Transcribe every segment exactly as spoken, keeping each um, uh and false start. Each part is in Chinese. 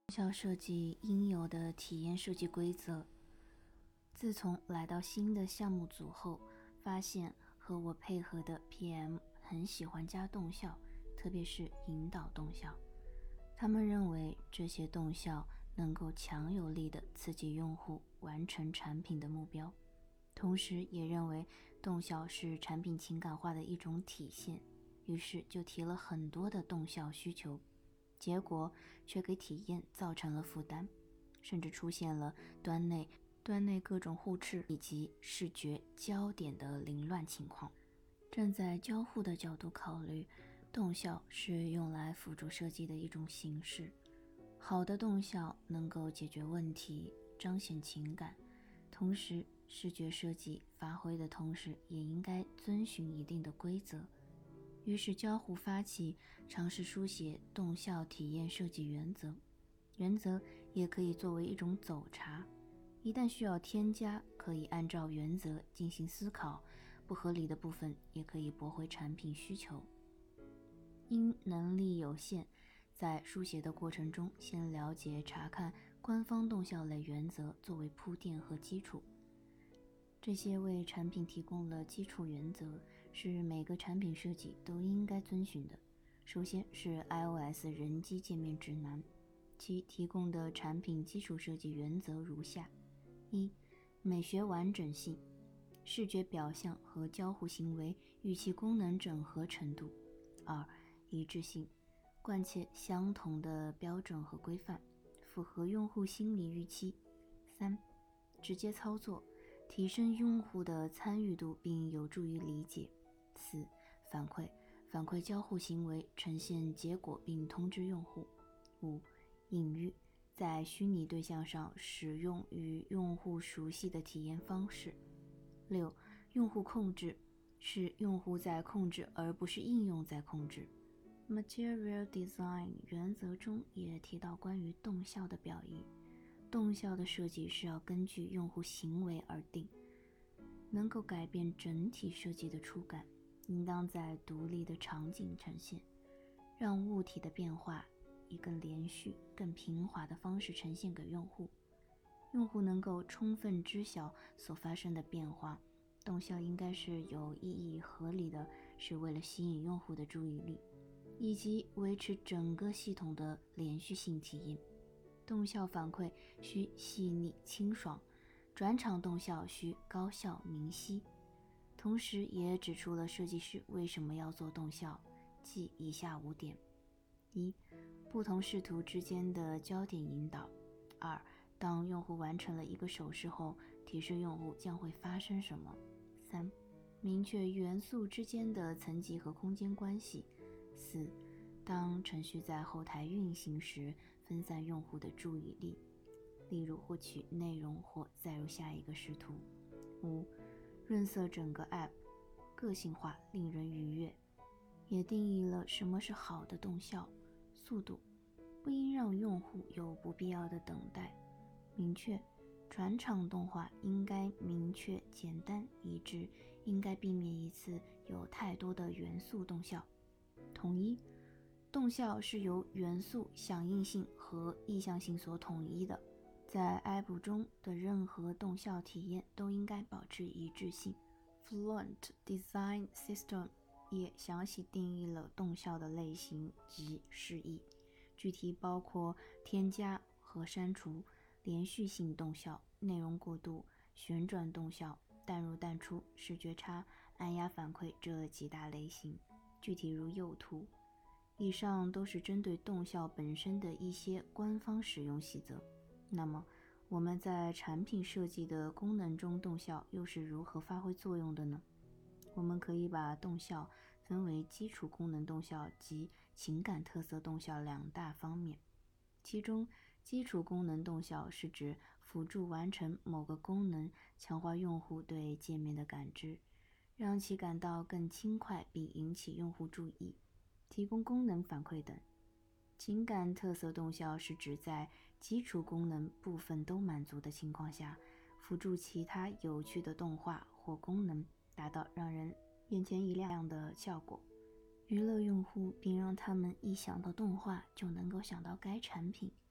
动效设计应有的体验设计规则。自从来到新的项目组后，发现和我配合的 P M 很喜欢加动效，特别是引导动效。他们认为这些动效能够强有力地刺激用户完成产品的目标，同时也认为动效是产品情感化的一种体现，于是就提了很多的动效需求，结果却给体验造成了负担，甚至出现了端内端内各种互斥以及视觉焦点的凌乱情况。站在交互的角度考虑，动效是用来辅助设计的一种形式。好的动效能够解决问题，彰显情感，同时视觉设计发挥的同时也应该遵循一定的规则。于是交互发起尝试书写动效体验设计原则，原则也可以作为一种走查，一旦需要添加，可以按照原则进行思考，不合理的部分也可以驳回产品需求。因能力有限，在书写的过程中，先了解查看官方动效类原则作为铺垫和基础。这些为产品提供了基础原则，是每个产品设计都应该遵循的。首先是 iOS 人机界面指南，其提供的产品基础设计原则如下：一、美学完整性，视觉表象和交互行为与其功能整合程度；二、一致性，贯彻相同的标准和规范，符合用户心理预期；三、直接操作，提升用户的参与度并有助于理解；四、反馈，反馈交互行为，呈现结果并通知用户；五、隐喻，在虚拟对象上使用与用户熟悉的体验方式；六、用户控制，是用户在控制而不是应用在控制。Material Design 原则中也提到关于动效的表意，动效的设计是要根据用户行为而定，能够改变整体设计的触感，应当在独立的场景呈现，让物体的变化以更连续、更平滑的方式呈现给用户，用户能够充分知晓所发生的变化。动效应该是有意义、合理的，是为了吸引用户的注意力，以及维持整个系统的连续性体验。动效反馈需细腻清爽，转场动效需高效明晰。同时也指出了设计师为什么要做动效，即以下五点：一、不同视图之间的焦点引导；二、当用户完成了一个手势后，提示用户将会发生什么；三、明确元素之间的层级和空间关系；四、当程序在后台运行时，分散用户的注意力，例如获取内容或载入下一个视图；五、润色整个 App， 个性化，令人愉悦，也定义了什么是好的动效。速度，不应让用户有不必要的等待。明确，转场动画应该明确、简单、一致，应该避免一次有太多的元素动效。统一，动效是由元素、响应性和意向性所统一的，在 App 中的任何动效体验都应该保持一致性。Fluent Design System 也详细定义了动效的类型及释义，具体包括添加和删除、连续性动效、内容过渡、旋转动效、淡入淡出、视觉差、按压反馈这几大类型，具体如右图。以上都是针对动效本身的一些官方使用细则。那么我们在产品设计的功能中，动效又是如何发挥作用的呢？我们可以把动效分为基础功能动效及情感特色动效两大方面。其中，基础功能动效是指辅助完成某个功能，强化用户对界面的感知，让其感到更轻快并引起用户注意，提供功能反馈等。情感特色动效是指在基础功能部分都满足的情况下，辅助其他有趣的动画或功能，达到让人眼前一亮的效果，娱乐用户并让他们一想到动画就能够想到该产品。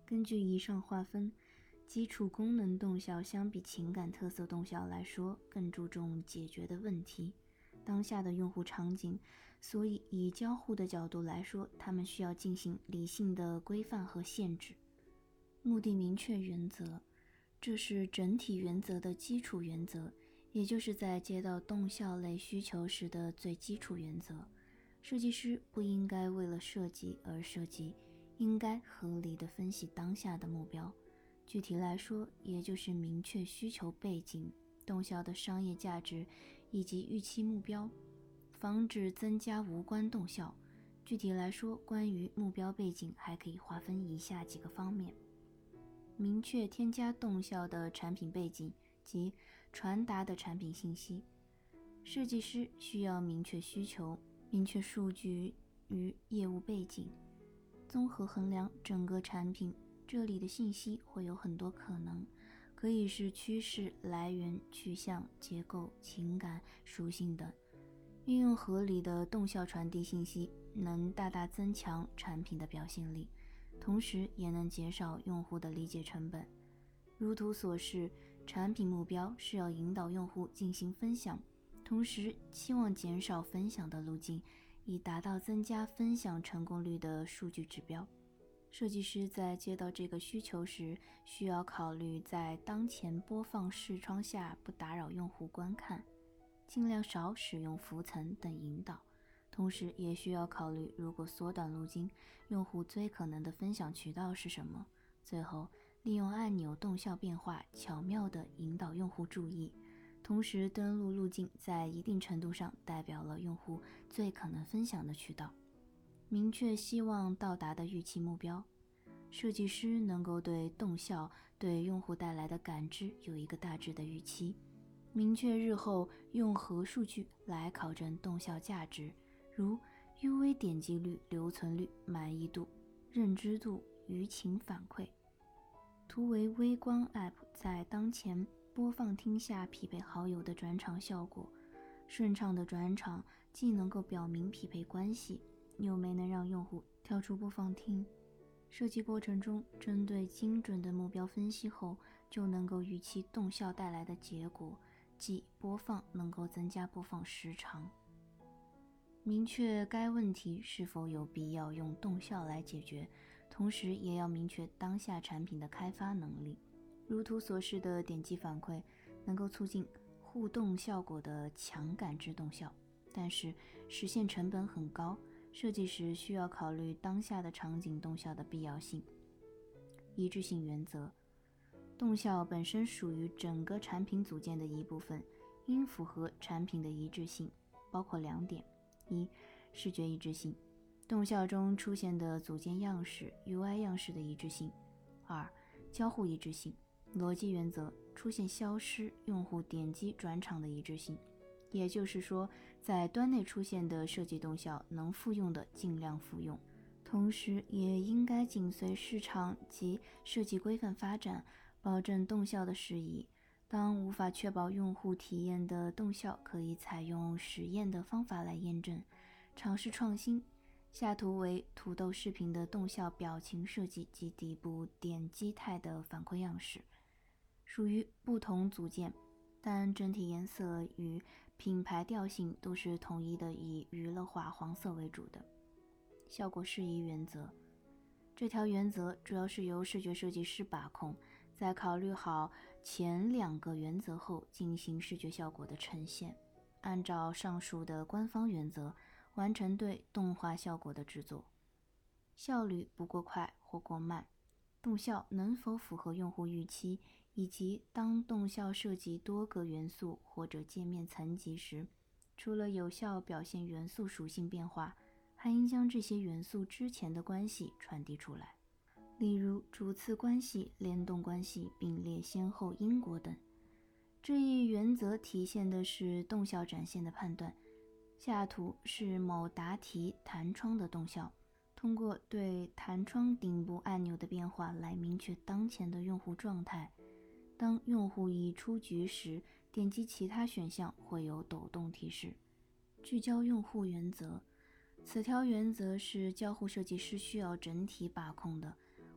根据以上划分，基础功能动效相比情感特色动效来说，更注重解决的问题，当下的用户场景，所以以交互的角度来说，他们需要进行理性的规范和限制。目的明确原则，这是整体原则的基础原则，也就是在接到动效类需求时的最基础原则。设计师不应该为了设计而设计，应该合理地分析当下的目标。具体来说，也就是明确需求背景、动效的商业价值以及预期目标，防止增加无关动效。具体来说，关于目标背景还可以划分以下几个方面：明确添加动效的产品背景及传达的产品信息。设计师需要明确需求、明确数据与业务背景，综合衡量整个产品。这里的信息会有很多可能，可以是趋势、来源、去向、结构、情感、属性等。运用合理的动效传递信息，能大大增强产品的表现力，同时也能减少用户的理解成本。如图所示，产品目标是要引导用户进行分享，同时期望减少分享的路径，以达到增加分享成功率的数据指标。设计师在接到这个需求时，需要考虑在当前播放视窗下不打扰用户观看，尽量少使用浮层等引导，同时也需要考虑如果缩短路径，用户最可能的分享渠道是什么。最后，利用按钮动效变化巧妙地引导用户注意，同时登录路径在一定程度上代表了用户最可能分享的渠道。明确希望到达的预期目标，设计师能够对动效对用户带来的感知有一个大致的预期，明确日后用何数据来考证动效价值，如 U V 点击率、留存率、满意度、认知度、舆情反馈。图为微观 App 在当前播放厅下匹配好友的转场效果，顺畅的转场既能够表明匹配关系，又没能让用户跳出播放厅。设计过程中，针对精准的目标分析后，就能够预期动效带来的结果，即播放能够增加播放时长。明确该问题是否有必要用动效来解决，同时也要明确当下产品的开发能力。如图所示的点击反馈能够促进互动效果的强感知动效，但是实现成本很高，设计时需要考虑当下的场景动效的必要性。一致性原则，动效本身属于整个产品组件的一部分，应符合产品的一致性，包括两点：一、视觉一致性，动效中出现的组件样式 U I 样式的一致性；二、交互一致性，逻辑原则，出现消失、用户点击转场的一致性。也就是说，在端内出现的设计动效能复用的尽量复用，同时也应该紧随市场及设计规范发展，保证动效的适宜。当无法确保用户体验的动效，可以采用实验的方法来验证，尝试创新。下图为土豆视频的动效表情设计及底部点击态的反馈样式，属于不同组件，但整体颜色与品牌调性都是统一的，以娱乐化黄色为主的。效果适宜原则，这条原则主要是由视觉设计师把控，在考虑好前两个原则后进行视觉效果的呈现，按照上述的官方原则完成对动画效果的制作。效率不过快或过慢，动效能否符合用户预期，以及当动效涉及多个元素或者界面层级时，除了有效表现元素属性变化，还应将这些元素之前的关系传递出来，例如主次关系、联动关系、并列先后因果等。这一原则体现的是动效展现的判断。下图是某答题弹窗的动效，通过对弹窗顶部按钮的变化来明确当前的用户状态。当用户已出局时，点击其他选项会有抖动提示。聚焦用户原则，此条原则是交互设计师需要整体把控的，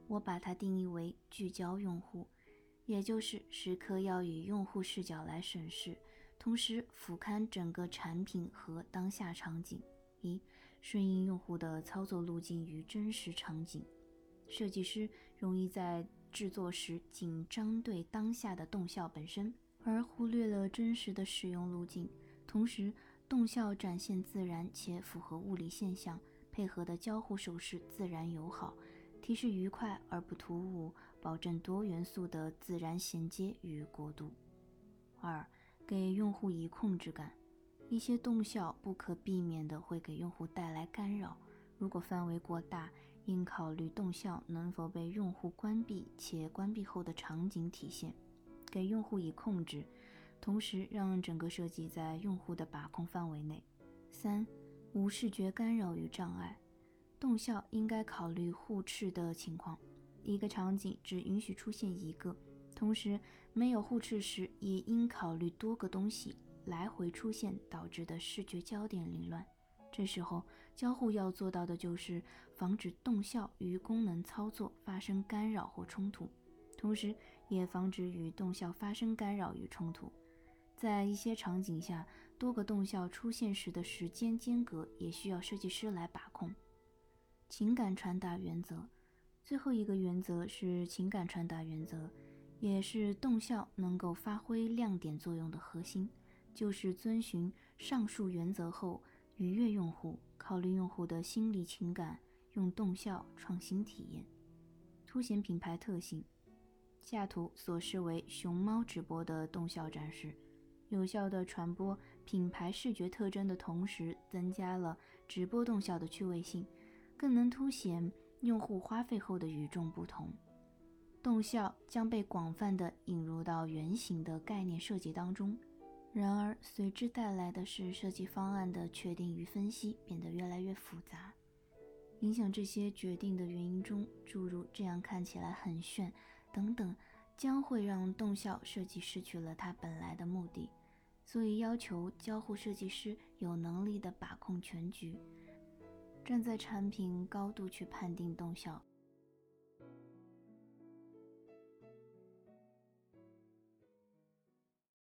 我把它定义为聚焦用户，也就是时刻要以用户视角来审视，同时俯瞰整个产品和当下场景。一、顺应用户的操作路径与真实场景。设计师容易在制作时仅针对当下的动效本身，而忽略了真实的使用路径。同时，动效展现自然且符合物理现象，配合的交互手势自然友好，提示愉快而不突兀，保证多元素的自然衔接与过渡。二、给用户以控制感。一些动效不可避免地会给用户带来干扰，如果范围过大，应考虑动效能否被用户关闭且关闭后的场景体现，给用户以控制，同时让整个设计在用户的把控范围内。三、无视觉干扰与障碍。动效应该考虑互斥的情况，一个场景只允许出现一个，同时没有互斥时也应考虑多个东西来回出现导致的视觉焦点凌乱。这时候交互要做到的就是防止动效与功能操作发生干扰或冲突，同时也防止与动效发生干扰与冲突。在一些场景下，多个动效出现时的时间间隔也需要设计师来把控。情感传达原则。最后一个原则是情感传达原则，也是动效能够发挥亮点作用的核心，就是遵循上述原则后愉悦用户，考虑用户的心理情感，用动效创新体验，凸显品牌特性。下图所示为熊猫直播的动效展示，有效地传播品牌视觉特征的同时，增加了直播动效的趣味性，更能凸显用户花费后的与众不同。动效将被广泛地引入到原型的概念设计当中，然而随之带来的是设计方案的确定与分析变得越来越复杂。影响这些决定的原因中，诸如这样看起来很炫等等，将会让动效设计失去了它本来的目的，所以要求交互设计师有能力地把控全局，站在产品高度去判定动效，